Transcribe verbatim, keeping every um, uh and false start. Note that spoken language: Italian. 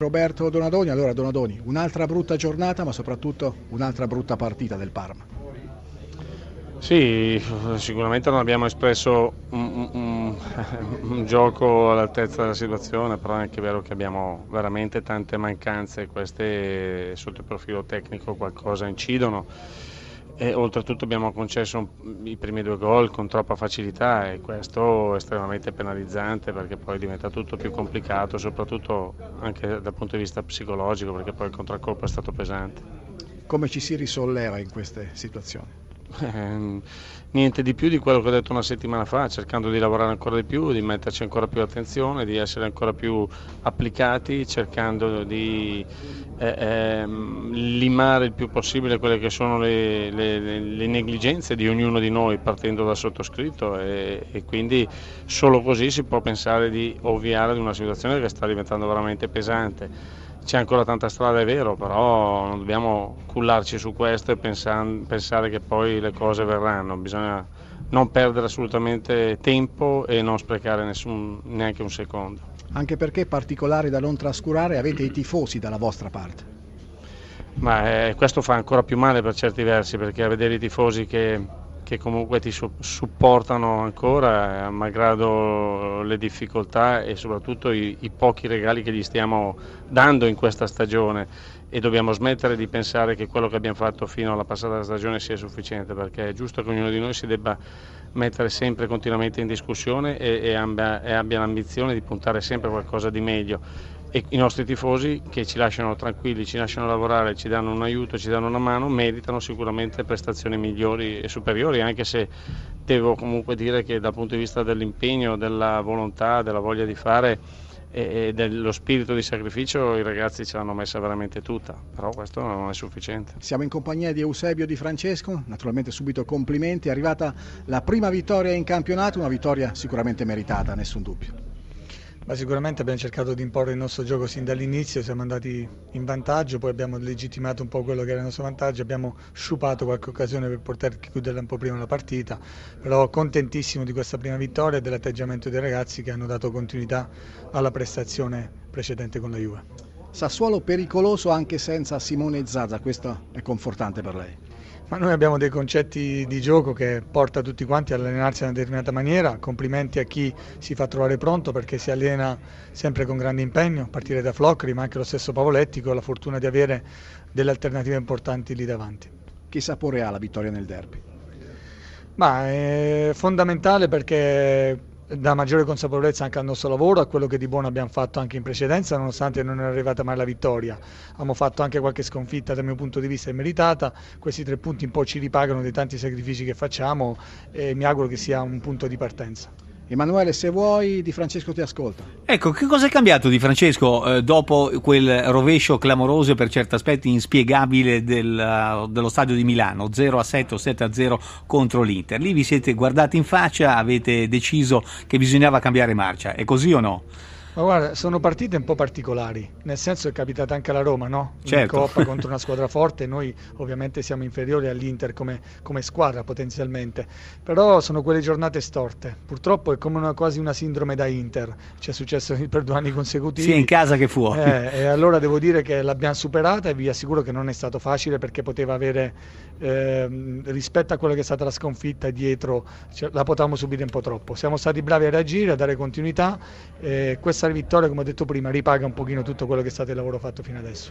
Roberto Donadoni. Allora Donadoni, un'altra brutta giornata ma soprattutto un'altra brutta partita del Parma. Sì, sicuramente non abbiamo espresso un, un, un gioco all'altezza della situazione, però è anche vero che abbiamo veramente tante mancanze, queste sotto il profilo tecnico qualcosa incidono e oltretutto abbiamo concesso i primi due gol con troppa facilità e questo è estremamente penalizzante perché poi diventa tutto più complicato, soprattutto anche dal punto di vista psicologico, perché poi il contraccolpo è stato pesante. Come ci si risolleva in queste situazioni? Eh, niente di più di quello che ho detto una settimana fa, cercando di lavorare ancora di più, di metterci ancora più attenzione, di essere ancora più applicati, cercando di eh, eh, limare il più possibile quelle che sono le, le, le negligenze di ognuno di noi partendo dal sottoscritto e, e quindi solo così si può pensare di ovviare ad una situazione che sta diventando veramente pesante. C'è ancora tanta strada, è vero, però non dobbiamo cullarci su questo e pensare che poi le cose verranno. Bisogna non perdere assolutamente tempo e non sprecare nessun, neanche un secondo. Anche perché, particolare da non trascurare, avete i tifosi dalla vostra parte. Ma eh, questo fa ancora più male per certi versi, perché a vedere i tifosi che, che comunque ti su- supportano ancora, eh, malgrado le difficoltà e soprattutto i, i pochi regali che gli stiamo dando in questa stagione, e dobbiamo smettere di pensare che quello che abbiamo fatto fino alla passata stagione sia sufficiente, perché è giusto che ognuno di noi si debba mettere sempre continuamente in discussione e, e, abbia, e abbia l'ambizione di puntare sempre a qualcosa di meglio. E i nostri tifosi che ci lasciano tranquilli, ci lasciano lavorare, ci danno un aiuto, ci danno una mano, meritano sicuramente prestazioni migliori e superiori, anche se devo comunque dire che dal punto di vista dell'impegno, della volontà, della voglia di fare e dello spirito di sacrificio i ragazzi ce l'hanno messa veramente tutta, però questo non è sufficiente. Siamo in compagnia di Eusebio Di Francesco, naturalmente subito complimenti, è arrivata la prima vittoria in campionato, una vittoria sicuramente meritata, nessun dubbio. Ma sicuramente abbiamo cercato di imporre il nostro gioco sin dall'inizio, siamo andati in vantaggio, poi abbiamo legittimato un po' quello che era il nostro vantaggio, abbiamo sciupato qualche occasione per poter chiudere un po' prima la partita, però contentissimo di questa prima vittoria e dell'atteggiamento dei ragazzi che hanno dato continuità alla prestazione precedente con la Juve. Sassuolo pericoloso anche senza Simone Zaza, questo è confortante per lei? Ma noi abbiamo dei concetti di gioco che porta tutti quanti ad allenarsi in una determinata maniera, complimenti a chi si fa trovare pronto perché si allena sempre con grande impegno, a partire da Flocri ma anche lo stesso Pavoletti, con la fortuna di avere delle alternative importanti lì davanti. Che sapore ha la vittoria nel derby? Ma è fondamentale perché dà maggiore consapevolezza anche al nostro lavoro, a quello che di buono abbiamo fatto anche in precedenza, nonostante non è arrivata mai la vittoria. Abbiamo fatto anche qualche sconfitta dal mio punto di vista immeritata, questi tre punti un po' ci ripagano dei tanti sacrifici che facciamo e mi auguro che sia un punto di partenza. Emanuele, se vuoi, Di Francesco ti ascolta. Ecco, che cosa è cambiato Di Francesco eh, dopo quel rovescio clamoroso e per certi aspetti inspiegabile del, uh, dello stadio di Milano, zero a sette o sette a zero contro l'Inter? Lì vi siete guardati in faccia, avete deciso che bisognava cambiare marcia, è così o no? Ma guarda, sono partite un po' particolari, nel senso è capitata anche alla Roma, no? In certo. Coppa contro una squadra forte, noi ovviamente siamo inferiori all'Inter come, come squadra potenzialmente, però sono quelle giornate storte, purtroppo è come una, quasi una sindrome da Inter, ci è successo per due anni consecutivi. Sia in casa che fuori. Eh, e allora devo dire che l'abbiamo superata e vi assicuro che non è stato facile perché poteva avere, eh, rispetto a quella che è stata la sconfitta dietro, cioè, la potevamo subire un po' troppo. Siamo stati bravi a reagire, a dare continuità, eh, questa vittoria, come ho detto prima, ripaga un pochino tutto quello che è stato il lavoro fatto fino adesso.